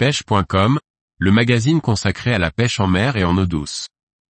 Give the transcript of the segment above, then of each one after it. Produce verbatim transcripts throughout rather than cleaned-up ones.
pêche point com, le magazine consacré à la pêche en mer et en eau douce.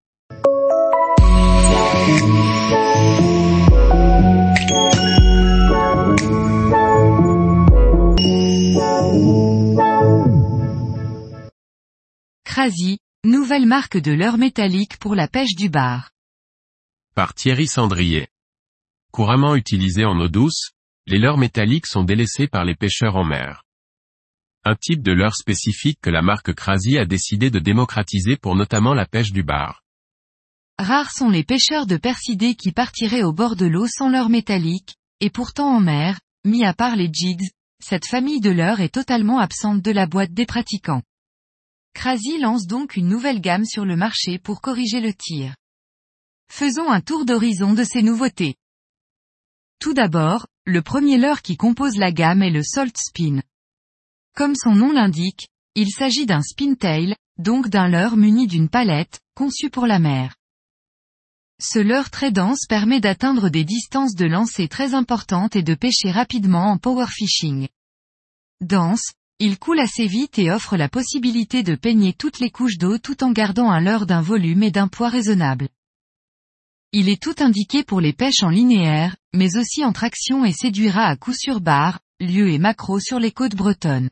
Crazy, nouvelle marque de leurre métallique pour la pêche du bar. Par Thierry Sandrier. Couramment utilisés en eau douce, les leurres métalliques sont délaissés par les pêcheurs en mer. Un type de leurre spécifique que la marque Crazy a décidé de démocratiser pour notamment la pêche du bar. Rares sont les pêcheurs de percidés qui partiraient au bord de l'eau sans leurre métallique, et pourtant en mer, mis à part les jigs, cette famille de leurres est totalement absente de la boîte des pratiquants. Crazy lance donc une nouvelle gamme sur le marché pour corriger le tir. Faisons un tour d'horizon de ces nouveautés. Tout d'abord, le premier leurre qui compose la gamme est le Salt Spin. Comme son nom l'indique, il s'agit d'un spintail, donc d'un leurre muni d'une palette, conçu pour la mer. Ce leurre très dense permet d'atteindre des distances de lancer très importantes et de pêcher rapidement en power fishing. Dense, il coule assez vite et offre la possibilité de peigner toutes les couches d'eau tout en gardant un leurre d'un volume et d'un poids raisonnable. Il est tout indiqué pour les pêches en linéaire, mais aussi en traction et séduira à coup sûr bar, lieu et maquereau sur les côtes bretonnes.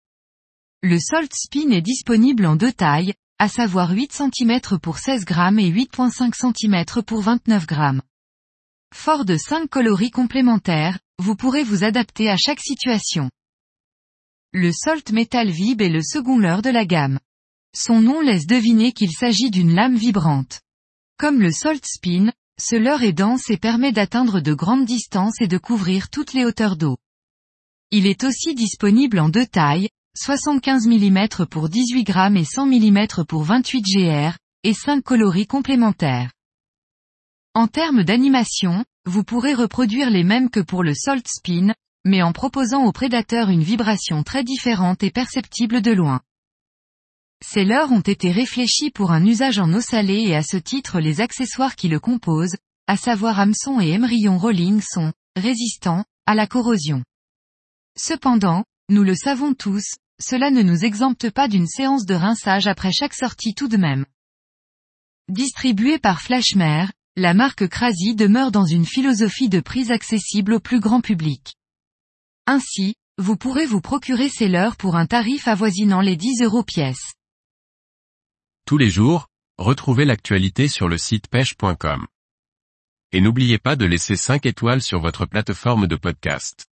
Le Salt Spin est disponible en deux tailles, à savoir huit centimètres pour seize grammes et huit virgule cinq centimètres pour vingt-neuf grammes. Fort de cinq coloris complémentaires, vous pourrez vous adapter à chaque situation. Le Salt Metal Vib est le second leurre de la gamme. Son nom laisse deviner qu'il s'agit d'une lame vibrante. Comme le Salt Spin, ce leurre est dense et permet d'atteindre de grandes distances et de couvrir toutes les hauteurs d'eau. Il est aussi disponible en deux tailles, soixante-quinze millimètres pour dix-huit grammes et cent millimètres pour vingt-huit grammes, et cinq coloris complémentaires. En termes d'animation, vous pourrez reproduire les mêmes que pour le Salt Spin, mais en proposant au prédateur une vibration très différente et perceptible de loin. Ces leurres ont été réfléchis pour un usage en eau salée et à ce titre les accessoires qui le composent, à savoir hameçon et émerillon rolling sont résistants à la corrosion. Cependant, nous le savons tous, cela ne nous exempte pas d'une séance de rinçage après chaque sortie tout de même. Distribuée par Flashmare, la marque Crazy demeure dans une philosophie de prise accessible au plus grand public. Ainsi, vous pourrez vous procurer ces leurres pour un tarif avoisinant les dix euros pièce. Tous les jours, retrouvez l'actualité sur le site pêche point com. Et n'oubliez pas de laisser cinq étoiles sur votre plateforme de podcast.